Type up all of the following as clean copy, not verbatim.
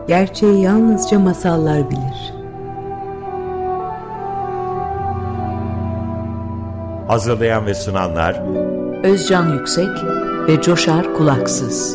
Gerçeği yalnızca masallar bilir. Hazırlayan ve sunanlar Özcan Yüksek ve Coşar Kulaksız.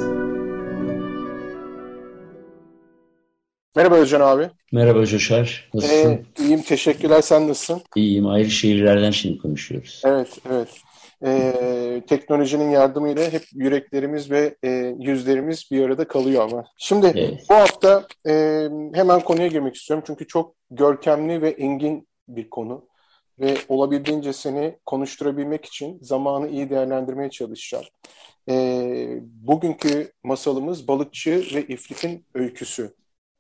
Merhaba Özcan abi. Merhaba Coşar. Nasılsın? İyiyim, teşekkürler. Sen nasılsın? İyiyim. Ayrı şehirlerden şimdi konuşuyoruz. Evet. Teknolojinin yardımıyla hep yüreklerimiz ve yüzlerimiz bir arada kalıyor ama. Şimdi Evet. bu hafta hemen konuya girmek istiyorum. Çünkü çok görkemli ve engin bir konu. Ve olabildiğince seni konuşturabilmek için zamanı iyi değerlendirmeye çalışacağım. Bugünkü masalımız Balıkçı ve İfrit'in öyküsü.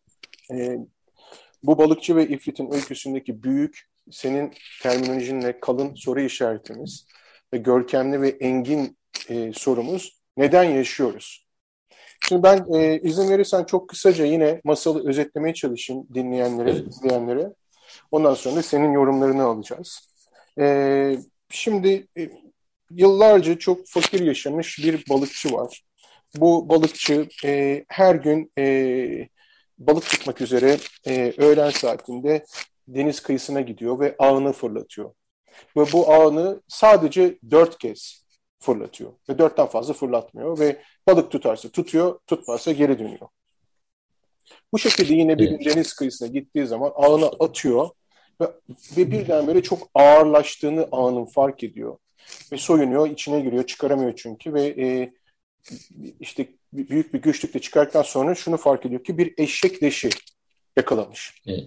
Bu Balıkçı ve İfrit'in öyküsündeki büyük, senin terminolojinle kalın soru işaretimiz ve görkemli ve engin sorumuz, neden yaşıyoruz? Şimdi ben izin verirsen çok kısaca yine masalı özetlemeye çalışayım dinleyenlere, izleyenlere. Ondan sonra da senin yorumlarını alacağız. Şimdi yıllarca çok fakir yaşamış bir balıkçı var. Bu balıkçı her gün balık tutmak üzere öğlen saatinde deniz kıyısına gidiyor ve ağını fırlatıyor. Ve bu ağını sadece 4 kez fırlatıyor. Ve 4'ten fazla fırlatmıyor ve balık tutarsa tutuyor, tutmazsa geri dönüyor. Bu şekilde yine bir gün deniz kıyısına gittiği zaman ağını atıyor ve birdenbire çok ağırlaştığını ağının fark ediyor. Ve soyunuyor, içine giriyor, çıkaramıyor çünkü ve işte büyük bir güçlükle çıkarttıktan sonra şunu fark ediyor ki bir eşek leşi yakalamış. Evet.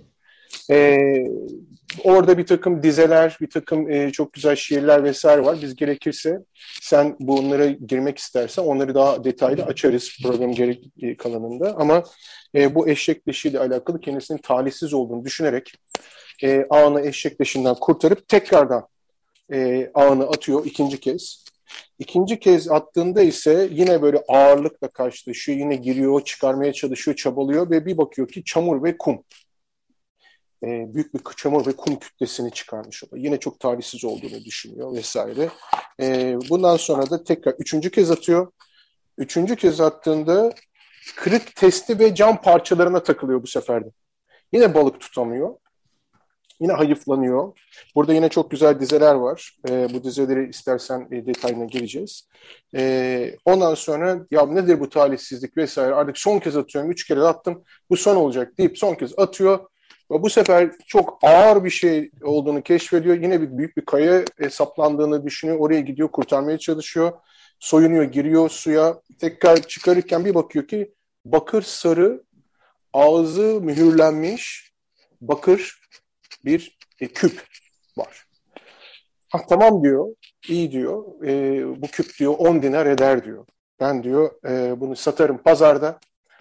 Orada bir takım dizeler, bir takım çok güzel şiirler vesaire var. Biz gerekirse sen bunlara girmek istersen onları daha detaylı açarız program geri kalanında. Ama bu eşek leşiyle alakalı kendisinin talihsiz olduğunu düşünerek ağını eşek leşinden kurtarıp tekrardan ağını atıyor ikinci kez. İkinci kez attığında ise yine böyle ağırlıkla karşılaşıyor. Yine giriyor, çıkarmaya çalışıyor, çabalıyor ve bir bakıyor ki çamur ve kum. Büyük bir çamur ve kum kütlesini çıkarmış oluyor. Yine çok talihsiz olduğunu düşünüyor vesaire. Bundan sonra da tekrar üçüncü kez atıyor. Üçüncü kez attığında kırık testi ve cam parçalarına takılıyor bu sefer de. Yine balık tutamıyor. Yine hayıflanıyor. Burada yine çok güzel dizeler var. Bu dizeleri istersen detayına gireceğiz. Ondan sonra ya nedir bu talihsizlik vesaire, artık son kez atıyorum, 3 kere attım, bu son olacak deyip son kez atıyor. Ve bu sefer çok ağır bir şey olduğunu keşfediyor. Yine büyük bir kaya saplandığını düşünüyor. Oraya gidiyor, kurtarmaya çalışıyor. Soyunuyor, giriyor suya. Tekrar çıkarırken bir bakıyor ki bakır sarı, ağzı mühürlenmiş bakır bir küp var. Tamam diyor, iyi diyor. Bu küp diyor 10 dinar eder diyor. Ben diyor bunu satarım pazarda.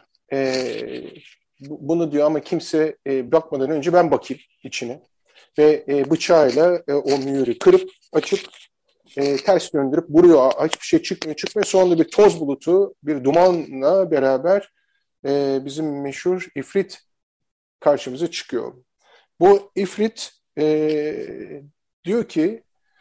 Bunu diyor ama kimse bakmadan önce ben bakayım içine. Ve bıçağıyla o mühürü kırıp açıp ters döndürüp vuruyor. Hiçbir şey çıkmıyor. Sonunda bir toz bulutu, bir dumanla beraber bizim meşhur İfrit karşımıza çıkıyor. Bu İfrit diyor ki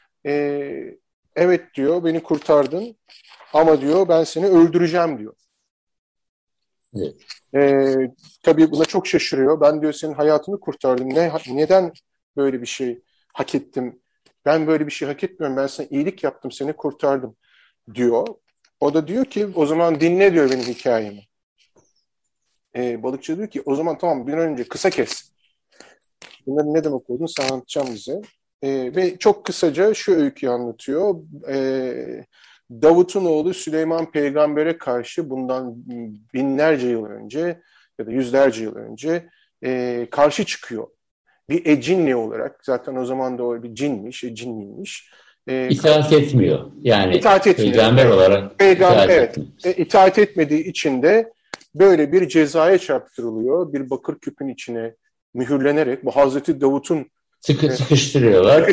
evet diyor, beni kurtardın ama diyor ben seni öldüreceğim diyor. Evet. Tabii buna çok şaşırıyor. Ben diyor senin hayatını kurtardım. Neden böyle bir şey hak ettim? Ben böyle bir şey hak etmiyorum. Ben sana iyilik yaptım, seni kurtardım diyor. O da diyor ki o zaman dinle diyor benim hikayemi. Balıkçı diyor ki o zaman tamam, bir an önce kısa kes. Bunların ne demek olduğunu sana anlatacağım bize. Ve çok kısaca şu öyküyü anlatıyor. Davut'un oğlu Süleyman Peygamber'e karşı bundan binlerce yıl önce ya da yüzlerce yıl önce karşı çıkıyor. Bir ecinni olarak, zaten o zaman da o bir cinmiş, cinliymiş. İtaat etmiyor. Yani itaat etmiyor. Peygamber olarak itaat etmediği için de böyle bir cezaya çarptırılıyor. Bir bakır küpün içine mühürlenerek, bu Hazreti Davut'un sıkıştırıyorlar.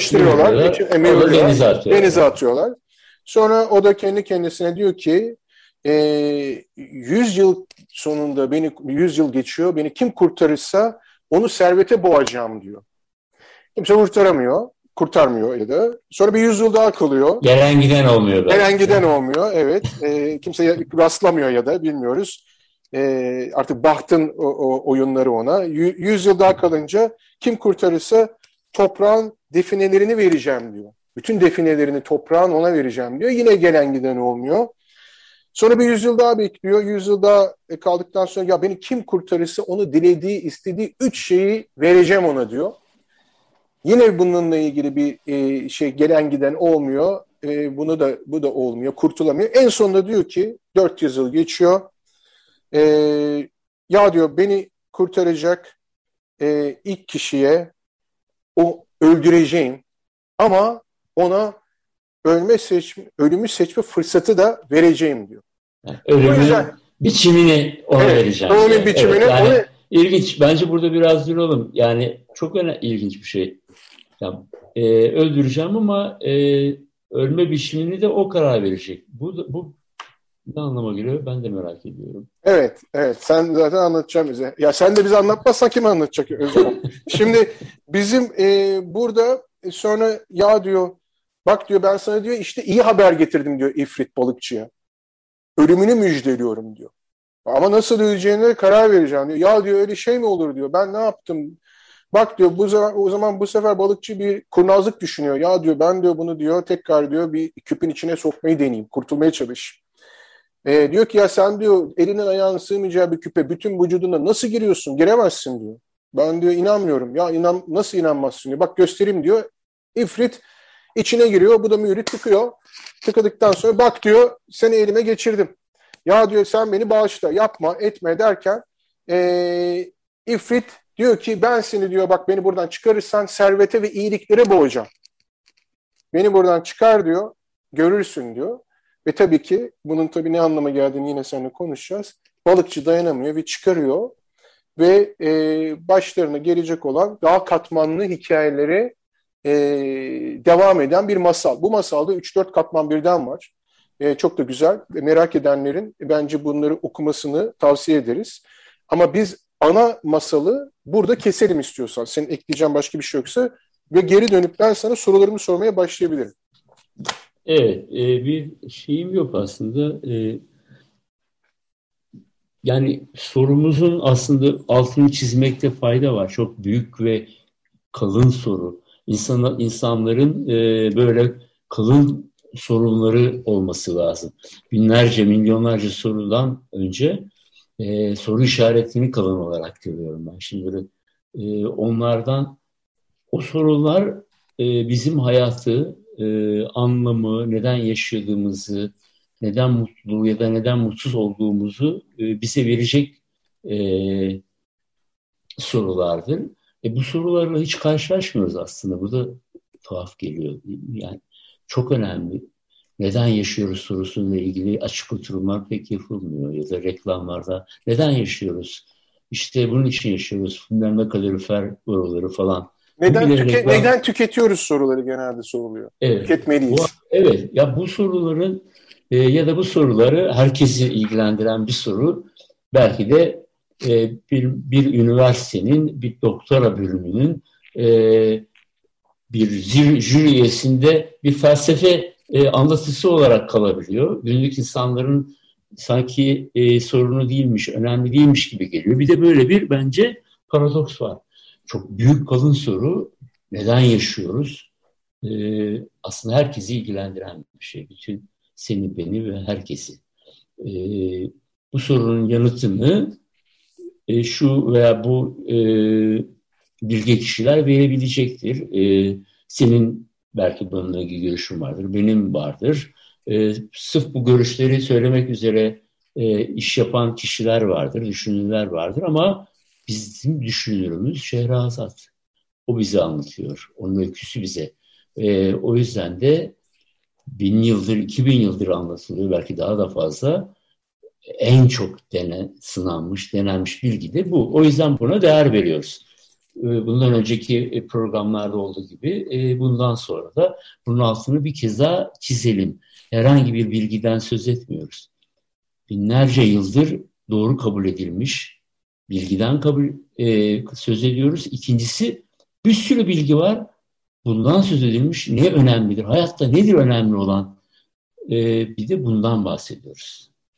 Denize atıyorlar. Sonra o da kendi kendisine diyor ki 100 yıl sonunda 100 yıl geçiyor. Beni kim kurtarırsa onu servete boğacağım diyor. Kimse kurtarmıyor ya da. Sonra bir 100 yıl daha kalıyor. Gelen giden olmuyor. Gelen giden olmuyor, evet. Kimse rastlamıyor ya da bilmiyoruz. Artık bahtın o oyunları ona. 100 yıl daha kalınca kim kurtarırsa toprağın definelerini vereceğim diyor. Bütün definelerini toprağın ona vereceğim diyor. Yine gelen giden olmuyor. Sonra bir 100 yıl daha bekliyor. 100 yıl daha kaldıktan sonra ya beni kim kurtarırsa onu dilediği, istediği 3 şeyi vereceğim ona diyor. Yine bununla ilgili bir şey gelen giden olmuyor. Bu da olmuyor. Kurtulamıyor. En sonunda diyor ki 400 yıl geçiyor. Ya diyor beni kurtaracak ilk kişiye o öldüreceğim ama ona ölümü seçme fırsatı da vereceğim diyor. Ölümün biçimini ona vereceğim. Ölümün biçimini. Evet, yani ilginç. Bence burada biraz duralım. Yani çok ilginç bir şey. Yani, öldüreceğim ama ölme biçimini de o karar verecek. Bu ne anlama geliyor? Ben de merak ediyorum. Evet. Sen zaten anlatacaksın bize. Ya sen de bize anlatmazsan kim anlatacak Özcan? Şimdi bizim burada sonra ya diyor bak diyor ben sana diyor işte iyi haber getirdim diyor İfrit balıkçıya. Ölümünü müjdeliyorum diyor. Ama nasıl öleceğine karar vereceğim diyor. Ya diyor öyle şey mi olur diyor. Ben ne yaptım? Bak diyor o zaman bu sefer balıkçı bir kurnazlık düşünüyor. Ya diyor ben diyor bunu diyor tekrar diyor bir küpün içine sokmayı deneyeyim. Kurtulmaya çalış. Diyor ki ya sen diyor elinin ayağının sığmayacağı bir küpe bütün vücuduna nasıl giriyorsun? Giremezsin diyor. Ben diyor inanmıyorum. Ya nasıl inanmazsın diyor. Bak göstereyim diyor. İfrit içine giriyor. Bu da mühürü tıkıyor. Tıkadıktan sonra bak diyor seni elime geçirdim. Ya diyor sen beni bağışla yapma etme derken İfrit diyor ki ben seni diyor bak beni buradan çıkarırsan servete ve iyiliklere boğacağım. Beni buradan çıkar diyor. Görürsün diyor. Ve tabii ki bunun tabii ne anlama geldiğini yine seninle konuşacağız. Balıkçı dayanamıyor ve çıkarıyor. Ve başlarına gelecek olan daha katmanlı hikayeleri devam eden bir masal. Bu masalda 3-4 katman birden var. Çok da güzel. Merak edenlerin bence bunları okumasını tavsiye ederiz. Ama biz ana masalı burada keselim istiyorsan. Senin ekleyeceğin başka bir şey yoksa ve geri dönüp ben sana sorularımı sormaya başlayabilirim. Evet, bir şeyim yok aslında. Yani sorumuzun aslında altını çizmekte fayda var. Çok büyük ve kalın soru. İnsanların böyle kalın sorunları olması lazım. Binlerce, milyonlarca sorudan önce soru işaretini kalın olarak görüyorum ben. Şimdi böyle onlardan o sorular bizim hayatı, anlamı, neden yaşadığımızı, neden mutlu ya da neden mutsuz olduğumuzu bize verecek sorulardır. Bu sorularla hiç karşılaşmıyoruz aslında. Bu da tuhaf geliyor. Yani çok önemli. Neden yaşıyoruz sorusuyla ilgili açık oturumlar pek yapılmıyor. Ya da reklamlarda neden yaşıyoruz? İşte bunun için yaşıyoruz. Bilmem ne kalorifer boruları falan. Neden tüketiyoruz soruları genelde soruluyor. Evet. Tüketmeliyiz. Evet. Ya bu soruların ya da bu soruları herkesi ilgilendiren bir soru. Belki de bir üniversitenin, bir doktora bölümünün bir jüri üyesinde bir felsefe anlatısı olarak kalabiliyor. Günlük insanların sanki sorunu değilmiş, önemli değilmiş gibi geliyor. Bir de böyle bir bence paradoks var. Çok büyük kalın soru. Neden yaşıyoruz? Aslında herkesi ilgilendiren bir şey. Bütün seni, beni ve herkesi. Bu sorunun yanıtını şu veya bu bilge kişiler verebilecektir. Senin belki bununla ilgili görüşün vardır, benim vardır. Sırf bu görüşleri söylemek üzere iş yapan kişiler vardır, düşünürler vardır ama bizim düşünürümüz Şehrazat. O bize anlatıyor, onun öyküsü bize. O yüzden de 1000 yıldır, 2000 yıldır anlatılıyor, belki daha da fazla. En çok sınanmış, denenmiş bilgi de bu. O yüzden buna değer veriyoruz. Bundan önceki programlarda olduğu gibi bundan sonra da bunun altını bir kez daha çizelim. Herhangi bir bilgiden söz etmiyoruz. Binlerce yıldır doğru kabul edilmiş bilgiden söz ediyoruz. İkincisi bir sürü bilgi var. Bundan söz edilmiş ne önemlidir? Hayatta nedir önemli olan? Bir de bundan bahsediyoruz.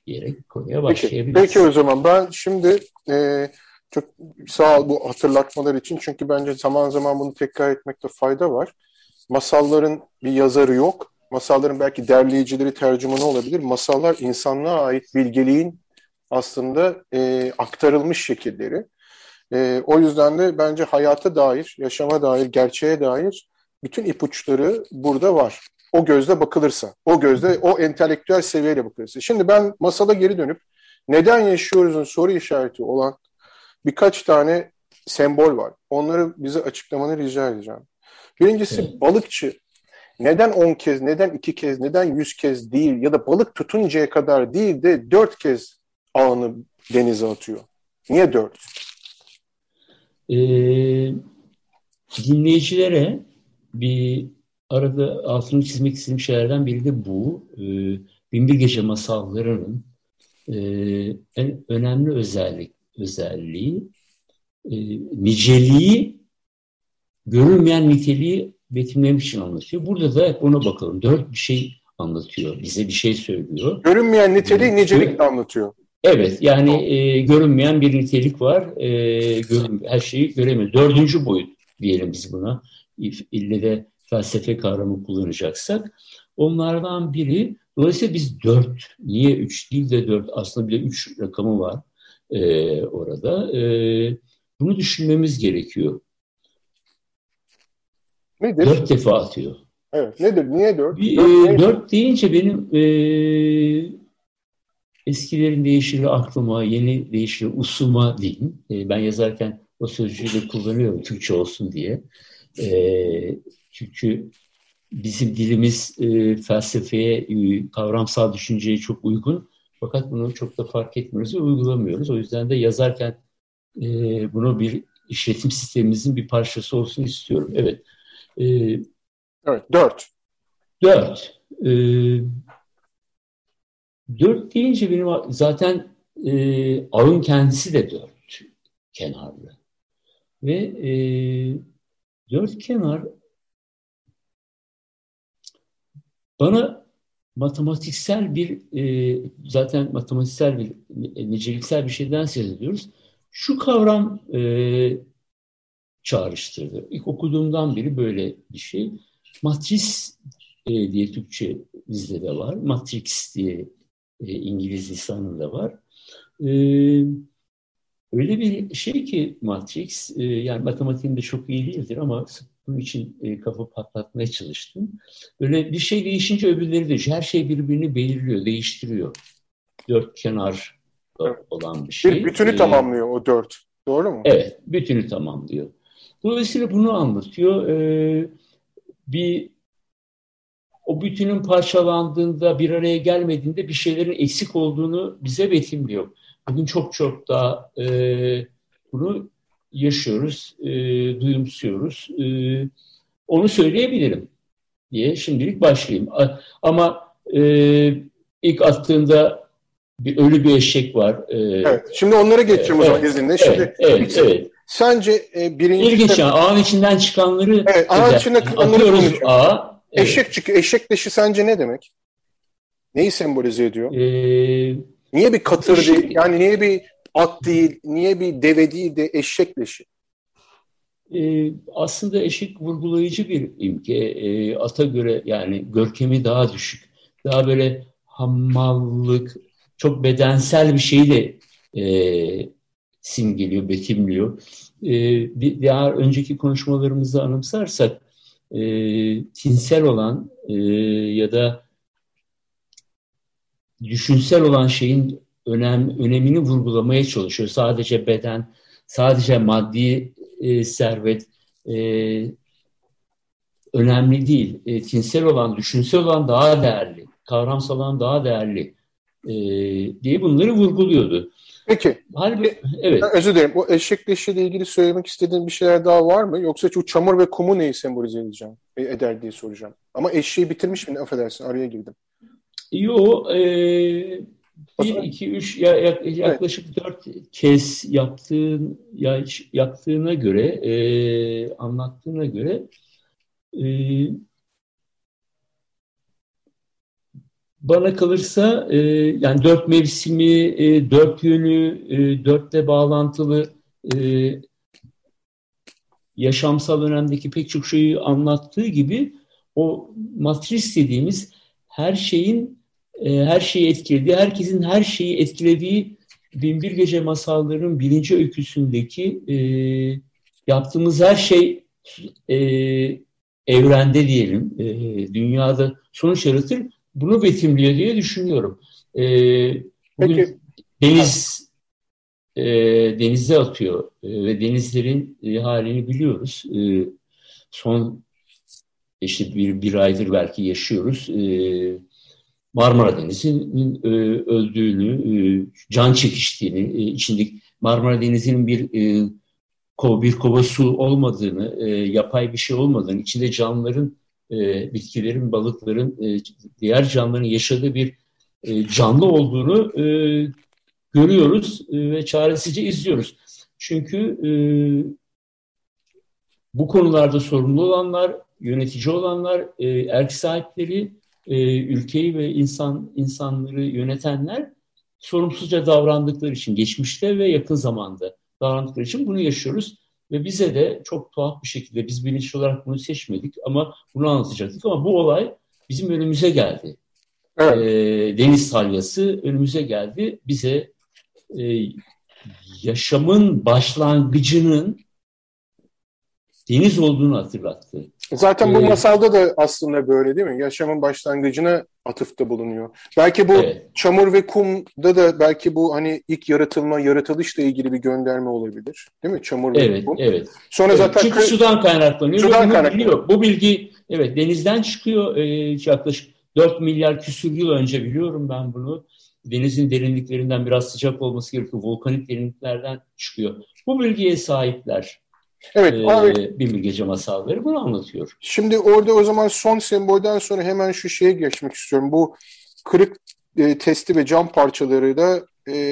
diyerek konuya Peki, başlayabiliriz. peki o zaman ben şimdi çok sağ ol bu hatırlatmalar için. Çünkü bence zaman zaman bunu tekrar etmekte fayda var. Masalların bir yazarı yok. Masalların belki derleyicileri, tercümanı olabilir. Masallar insanlığa ait bilgeliğin aslında aktarılmış şekilleri. O yüzden de bence hayata dair, yaşama dair, gerçeğe dair bütün ipuçları burada var. O gözle bakılırsa, o gözle, o entelektüel seviyeyle bakılırsa. Şimdi ben masala geri dönüp neden yaşıyoruzun soru işareti olan birkaç tane sembol var. Onları bize açıklamanı rica edeceğim. Birincisi Evet. balıkçı. Neden 10 kez, neden 2 kez, neden 100 kez değil ya da balık tutuncaya kadar değil de 4 kez ağını denize atıyor? Niye 4? Dinleyicilere bir arada altını çizmek istediğim şeylerden biri de bu. Binbir Gece masallarının en önemli özelliği niceliği görünmeyen niteliği betimlemek için anlatıyor. Burada da hep ona bakalım. 4 bir şey anlatıyor. Bize bir şey söylüyor. Görünmeyen niteliği nicelikle anlatıyor. Evet, yani görünmeyen bir nitelik var. Her şeyi göremiyoruz. 4. boyut diyelim biz buna. İlle de felsefe kavramı kullanacaksak. Onlardan biri. Dolayısıyla biz 4. Niye 3 değil de 4? Aslında bir de 3 rakamı var orada. Bunu düşünmemiz gerekiyor. Nedir? 4 defa atıyor. Evet. Nedir? Niye 4? 4 deyince benim eskilerin deyişiyle aklıma, yeni deyişiyle usuma diyeyim. Ben yazarken o sözcüğü de kullanıyorum Türkçe olsun diye. Çünkü bizim dilimiz felsefeye, kavramsal düşünceye çok uygun. Fakat bunu çok da fark etmiyoruz ve uygulamıyoruz. O yüzden de yazarken bunu bir işletim sistemimizin bir parçası olsun istiyorum. Evet. Evet, 4. 4. 4 deyince benim zaten ağın kendisi de 4 kenarlı. Ve 4 kenar bana matematiksel bir zaten matematiksel bir niceliksel bir şeyden söz ediyoruz. Şu kavram çağrıştırdı. İlk okuduğumdan beri böyle bir şey. Matris diye Türkçe bizde de var. Matrix diye İngiliz lisanında var. Öyle bir şey ki Matrix, yani matematiğim de çok iyi değildir ama bunun için kafa patlatmaya çalıştım. Böyle bir şey değişince öbürleri de her şey birbirini belirliyor, değiştiriyor. 4 kenar olan bir şey. Bir bütünü tamamlıyor o 4. Doğru mu? Evet, bütünü tamamlıyor. Dolayısıyla bunu anlatıyor. O bütünün parçalandığında, bir araya gelmediğinde bir şeylerin eksik olduğunu bize betimliyor. Bugün çok daha bunu yaşıyoruz, duyumsuyoruz. Onu söyleyebilirim diye şimdilik başlayayım. Ama ilk attığında ölü bir eşek var. Evet, şimdi onlara geçeceğim o zaman izninle. Şimdi evet. Sence birinci... İlginç yani ağın içinden çıkanları ağın içinden atıyoruz ağa. Eşek çıkıyor. Eşek leşi sence ne demek? Neyi sembolize ediyor? Niye bir katır değil? Yani niye bir at değil? Niye bir deve değil de eşek leşi? Aslında eşek vurgulayıcı bir imge. Ata göre yani görkemi daha düşük. Daha böyle hamallık, çok bedensel bir şeyi de simgeliyor, betimliyor. Diğer önceki konuşmalarımızı anımsarsak tinsel olan ya da düşünsel olan şeyin önemini vurgulamaya çalışıyor. Sadece beden, sadece maddi servet önemli değil. Tinsel olan, düşünsel olan daha değerli, kavramsal olan daha değerli diye bunları vurguluyordu. Peki. Evet. Özür dilerim. O eşek leşiyle ilgili söylemek istediğin bir şeyler daha var mı? Yoksa şu çamur ve kumu neyi sembolize eder diye soracağım. Ama eşeği bitirmiş mi? Affedersin, araya girdim. Yo, 1, 2, 3 yaklaşık 4 kez yaptığına göre, anlattığına göre bana kalırsa yani dört mevsimi, dört yönü, dörtle bağlantılı yaşamsal önemdeki pek çok şeyi anlattığı gibi o matris dediğimiz her şeyin her şeyi etkilediği, herkesin her şeyi etkilediği Binbir Gece Masalları'nın birinci öyküsündeki yaptığımız her şey evrende diyelim, dünyada sonuç yaratır. Bunu betimliyor diye düşünüyorum. Bugün Peki. denize atıyor ve denizlerin halini biliyoruz. Son işte bir aydır belki yaşıyoruz. Marmara Denizi'nin öldüğünü, can çekiştiğini, içindeki Marmara Denizi'nin bir kova su olmadığını, yapay bir şey olmadığını, içinde canlıların, bitkilerin, balıkların, diğer canlıların yaşadığı bir canlı olduğunu görüyoruz ve çaresizce izliyoruz. Çünkü bu konularda sorumlu olanlar, yönetici olanlar, erk sahipleri, ülkeyi ve insanları yönetenler sorumsuzca davrandıkları için, geçmişte ve yakın zamanda davrandıkları için bunu yaşıyoruz. Ve bize de çok tuhaf bir şekilde, biz bilinçli olarak bunu seçmedik ama bunu anlatacaktık. Ama bu olay bizim önümüze geldi. Evet. Deniz salyası önümüze geldi. Bize yaşamın başlangıcının deniz olduğunu hatırlattı. Zaten bu masalda da aslında böyle değil mi? Yaşamın başlangıcına atıfta bulunuyor. Belki bu çamur ve kumda da belki bu hani ilk yaratılışla ilgili bir gönderme olabilir. Değil mi? Çamur ve kum. Evet. Sonra zaten çünkü sudan kaynaklanıyor. Bu bilgi denizden çıkıyor. Yaklaşık 4 milyar küsur yıl önce biliyorum ben bunu. Denizin derinliklerinden biraz sıcak olması gerekiyor. Volkanik derinliklerden çıkıyor. Bu bilgiye sahipler. Evet, Binbir Gece Masalları bunu anlatıyor. Şimdi orada o zaman son sembolden sonra hemen şu şeye geçmek istiyorum. Bu kırık testi ve cam parçaları da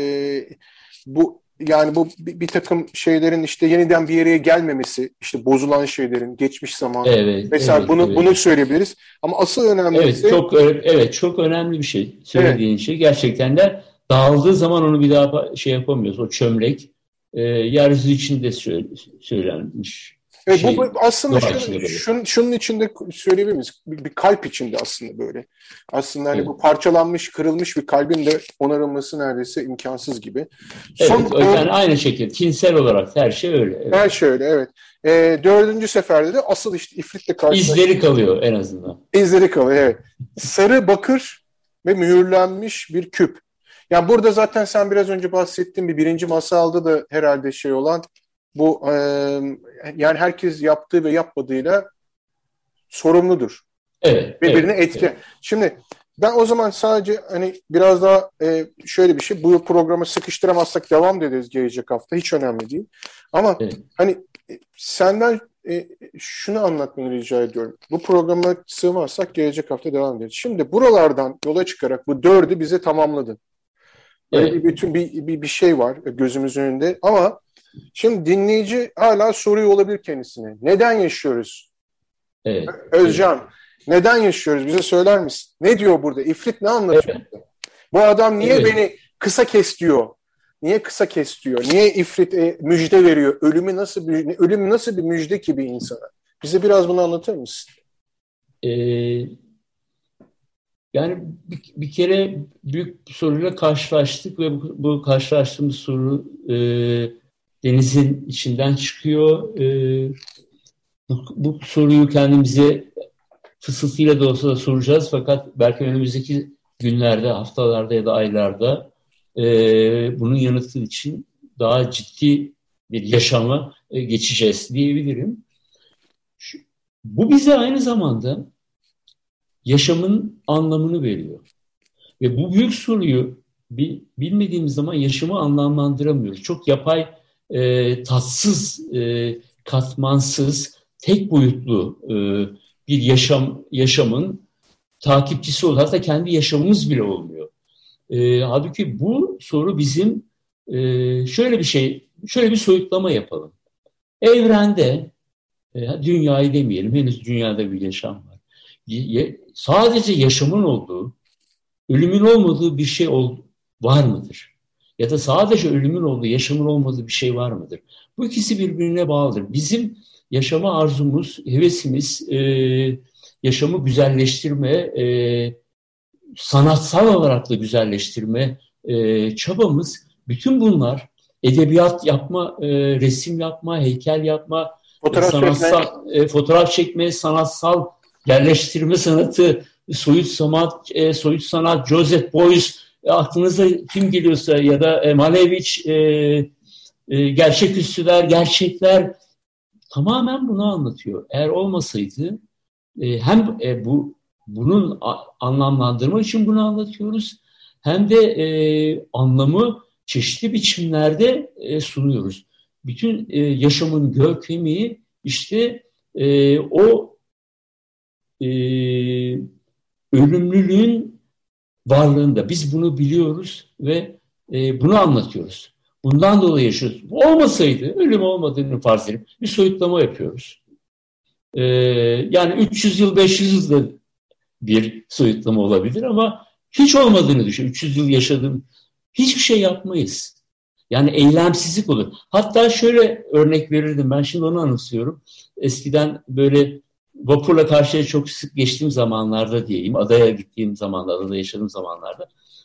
bu bir takım şeylerin işte yeniden bir yere gelmemesi, işte bozulan şeylerin geçmiş zamanı. Mesela bunu söyleyebiliriz. Ama asıl önemlisi çok önemli bir şey. Söylediğin şey gerçekten de dağıldığı zaman onu bir daha yapamıyoruz. O çömlek yeryüzü içinde söylenmiş. Bu aslında şunun içinde söyleyebilir miyiz? Bir kalp içinde aslında böyle. Aslında hani bu parçalanmış, kırılmış bir kalbin de onarılması neredeyse imkansız gibi. Yani aynı şekilde tinsel olarak her şey öyle. Evet. Her şey öyle, evet. 4. seferde de asıl işte ifritle karşılaştık. İzleri kalıyor en azından. İzleri kalıyor, evet. Sarı bakır ve mühürlenmiş bir küp. Yani burada zaten sen biraz önce bahsettiğin birinci masalda da herhalde olan bu yani herkes yaptığı ve yapmadığıyla sorumludur. Evet. Birbirine etki. Evet. Şimdi ben o zaman sadece hani biraz daha şöyle bir şey, bu programı sıkıştıramazsak devam ederiz gelecek hafta. Hiç önemli değil. Ama hani senden şunu anlatmanı rica ediyorum. Bu programa sığmazsak gelecek hafta devam ederiz. Şimdi buralardan yola çıkarak bu 4'ü bize tamamladın. Böyle bir şey var gözümüzün önünde ama şimdi dinleyici hala soruyor olabilir kendisine. Neden yaşıyoruz? Evet. Özcan, neden yaşıyoruz? Bize söyler misin? Ne diyor burada? İfrit ne anlatıyor? Evet. Bu adam niye beni kısa kes diyor? Niye kısa kes diyor? Niye İfrit müjde veriyor? Ölüm nasıl bir müjde ki bir insana? Bize biraz bunu anlatır mısın? Yani bir kere büyük bir soruyla karşılaştık ve bu karşılaştığımız soru denizin içinden çıkıyor. Bu soruyu kendimize fısıltıyla da olsa da soracağız fakat belki önümüzdeki günlerde, haftalarda ya da aylarda bunun yanıtı için daha ciddi bir yaşama geçeceğiz diyebilirim. Bu bize aynı zamanda yaşamın anlamını veriyor. Ve bu büyük soruyu bilmediğimiz zaman yaşamı anlamlandıramıyoruz. Çok yapay, tatsız, katmansız, tek boyutlu bir yaşamın takipçisi oluyor. Hatta kendi yaşamımız bile olmuyor. Halbuki bu soru bizim şöyle bir soyutlama yapalım. Evrende, dünyayı demeyelim, henüz dünyada bir yaşam var. Sadece yaşamın olduğu ölümün olmadığı bir şey var mıdır? Ya da sadece ölümün olduğu, yaşamın olmadığı bir şey var mıdır? Bu ikisi birbirine bağlıdır. Bizim yaşama arzumuz, hevesimiz, yaşamı güzelleştirme, sanatsal olarak da güzelleştirme çabamız, bütün bunlar edebiyat yapma, resim yapma, heykel yapma, fotoğraf çekme, sanatsal yerleştirme sanatı, soyut sanat, Joseph Beuys, aklınıza kim geliyorsa ya da Malevich, gerçeküstüler, gerçekler tamamen bunu anlatıyor. Eğer olmasaydı hem bunun anlamlandırma için bunu anlatıyoruz, hem de anlamı çeşitli biçimlerde sunuyoruz. Bütün yaşamın görkemi işte o ölümlülüğün varlığında. Biz bunu biliyoruz ve bunu anlatıyoruz. Bundan dolayı yaşıyoruz. Bu olmasaydı, ölüm olmadığını farz edip bir soyutlama yapıyoruz. Yani 300 yıl, 500 yılda bir soyutlama olabilir ama hiç olmadığını düşün. 300 yıl yaşadım. Hiçbir şey yapmayız. Yani eylemsizlik olur. Hatta şöyle örnek verirdim. Ben şimdi onu anımsıyorum. Eskiden böyle vapurla karşıya çok sık geçtiğim zamanlarda diyeyim, adaya gittiğim zamanlarda, adada yaşadığım zamanlarda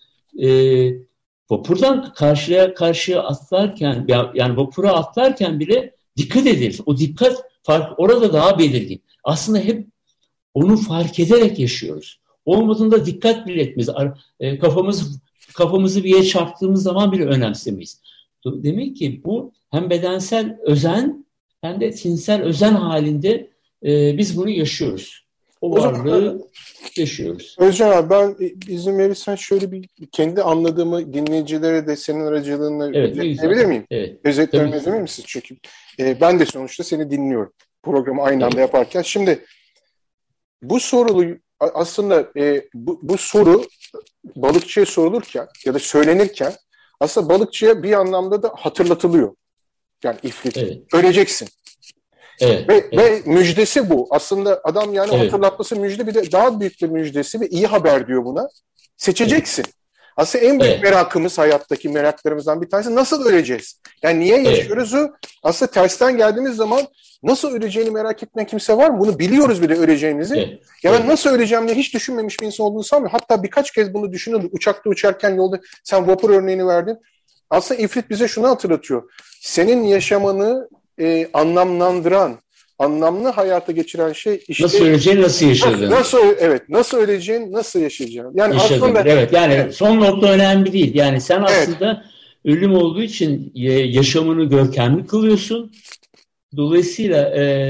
vapurdan karşıya atlarken, yani vapura atlarken bile dikkat ederiz. O dikkat orada daha belirgin. Aslında hep onu fark ederek yaşıyoruz. Olmadığında dikkat bile etmeyiz. Kafamızı bir yere çarptığımız zaman bile önemsemeyiz. Demek ki bu hem bedensel özen hem de zihinsel özen halinde biz bunu yaşıyoruz. O varlığı yaşıyoruz. Özcan abi, ben izin verirsen şöyle bir kendi anladığımı dinleyicilere de senin aracılığınla özetleyebilir miyim? Evet. Özetlemeye emin misiniz? Çünkü ben de sonuçta seni dinliyorum. Programı aynı anda yaparken. Şimdi bu soruyu aslında bu soru balıkçıya sorulurken ya da söylenirken aslında balıkçıya bir anlamda da hatırlatılıyor. Yani ifrit. Evet. Öleceksin. Evet, ve müjdesi bu. Aslında adam yani hatırlatması müjde, bir de daha büyük bir müjdesi ve iyi haber diyor buna. Seçeceksin. Evet. Aslında en büyük merakımız, hayattaki meraklarımızdan bir tanesi, nasıl öleceğiz? Yani niye yaşıyoruz? Aslında tersten geldiğimiz zaman nasıl öleceğini merak etmeyen kimse var mı? Bunu biliyoruz bile, öleceğimizi. Ya ben nasıl öleceğim diye hiç düşünmemiş bir insan olduğunu sanmıyorum. Hatta birkaç kez bunu düşünüyordum. Uçakta uçarken, yolda, sen vapur örneğini verdin. Aslında ifrit bize şunu hatırlatıyor. Senin yaşamanı anlamlandıran, anlamlı hayata geçiren şey işte... Nasıl öleceğin, nasıl yaşadığın. Nasıl öleceğin, nasıl yaşayacağın. Yani aslında... Evet, yani son nokta önemli değil. Yani sen aslında ölüm olduğu için yaşamını görkemli kılıyorsun. Dolayısıyla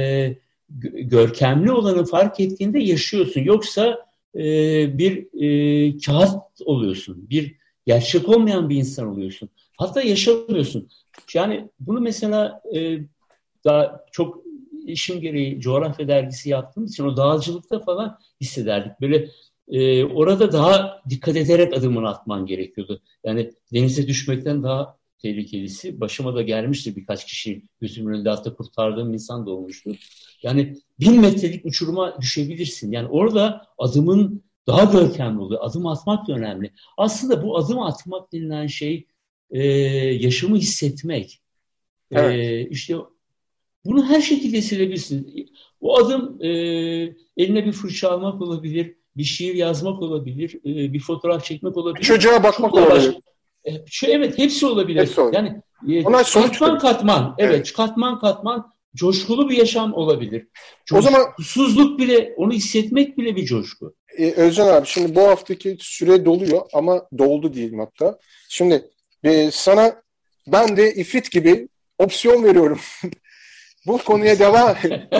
görkemli olanı fark ettiğinde yaşıyorsun. Yoksa bir kağıt oluyorsun. Bir gerçek olmayan bir insan oluyorsun. Hatta yaşamıyorsun. Yani bunu mesela daha çok işim gereği coğrafya dergisi yaptığımız için o dağcılıkta falan hissederdik. Böyle orada daha dikkat ederek adımını atman gerekiyordu. Yani denize düşmekten daha tehlikelisi. Başıma da gelmişti, birkaç kişi gözümün önünde, hatta kurtardığım insan da olmuştu. Yani 1000 metrelik uçuruma düşebilirsin. Yani orada adımın daha görkemli oluyor. Adım atmak da önemli. Aslında bu adım atmak denilen şey yaşamı hissetmek. Evet. İşte bunu her şekilde silebilirsin. O adım eline bir fırça almak olabilir, bir şiir yazmak olabilir, bir fotoğraf çekmek olabilir. Çocuğa bakmak olabilir. Evet, hepsi olabilir. Hepsi olabilir. Yani katman katman coşkulu bir yaşam olabilir. O zaman susuzluk bile, onu hissetmek bile bir coşku. Özcan abi, şimdi bu haftaki süre doluyor ama doldu diyelim hatta. Şimdi sana ben de ifrit gibi opsiyon veriyorum. Bu konuya devam.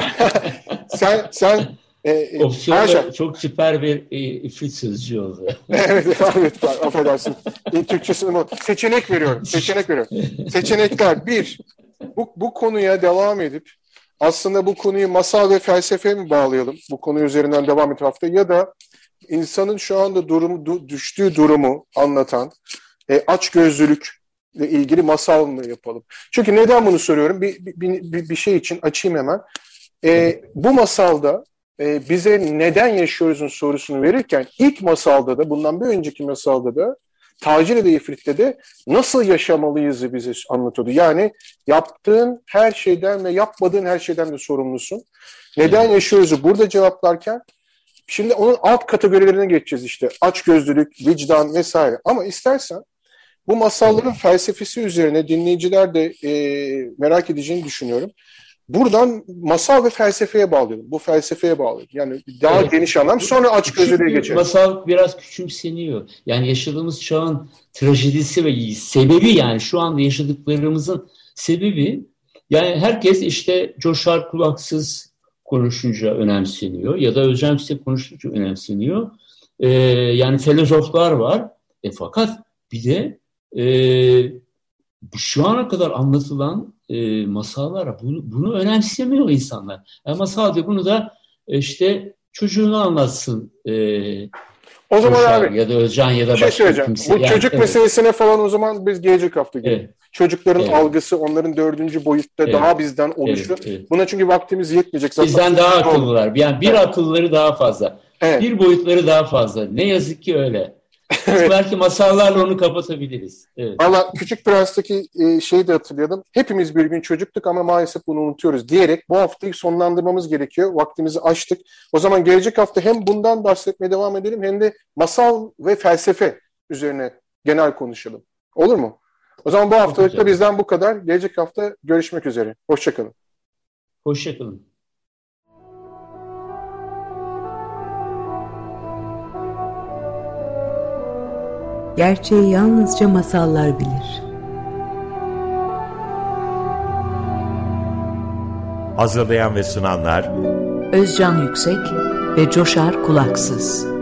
sen opsiyon çok süper bir ifrit sözcüğü oldu. evet, affedersin. Türkçesi bu. Seçenek veriyorum. Seçenekler. Bir, bu konuya devam edip aslında bu konuyu masal ve felsefeye mi bağlayalım? Bu konu üzerinden devam et hafta, ya da insanın şu anda düştüğü durumu anlatan açgözlülükle ilgili masal mı yapalım? Çünkü neden bunu soruyorum? Bir şey için açayım hemen. Bu masalda bize neden yaşıyoruzun sorusunu verirken ilk masalda da, bundan bir önceki masalda da, Tacir-i İfrit'te de nasıl yaşamalıyızı bize anlatıyordu. Yani yaptığın her şeyden ve yapmadığın her şeyden de sorumlusun. Neden yaşıyoruzu burada cevaplarken, şimdi onun alt kategorilerine geçeceğiz işte. Açgözlülük, vicdan vesaire. Ama istersen bu masalların felsefesi üzerine dinleyiciler de merak edeceğini düşünüyorum. Buradan masal ve felsefeye bağlayalım. Bu felsefeye bağlayalım. Yani daha geniş anlam. Sonra açgözlülüğe geçelim. Masal biraz küçümseniyor. Yani yaşadığımız çağın trajedisi ve sebebi, yani şu anda yaşadıklarımızın sebebi, yani herkes işte coşar kulaksız konuşunca önemseniyor ya da Özcan Yüksek konuşunca önemseniyor. Yani filozoflar var. Fakat bir de şu ana kadar anlatılan masallara bunu önemsemiyor insanlar. Masal diyor, bunu da işte çocuğunu anlatsın. O zaman abi ya da Özcan ya da başka kimse. Bu yani, çocuk meselesine falan o zaman biz gelecek hafta gelelim. Çocukların algısı, onların 4. boyutta daha bizden oluşu. Buna çünkü vaktimiz yetmeyecek. Zaten bizden daha akıllılar. Yani bir akılları daha fazla. Bir boyutları daha fazla. Ne yazık ki öyle. Belki masallarla onu kapatabiliriz. Valla Küçük Prens'teki şeyi de hatırlayalım. Hepimiz bir gün çocuktuk ama maalesef bunu unutuyoruz diyerek bu haftayı sonlandırmamız gerekiyor. Vaktimizi aştık. O zaman gelecek hafta hem bundan bahsetmeye devam edelim hem de masal ve felsefe üzerine genel konuşalım. Olur mu? O zaman bu haftalık da bizden bu kadar. Gelecek hafta görüşmek üzere. Hoşçakalın. Hoşçakalın. Gerçeği yalnızca masallar bilir. Hazırlayan ve sunanlar Özcan Yüksek ve Coşar Kulaksız.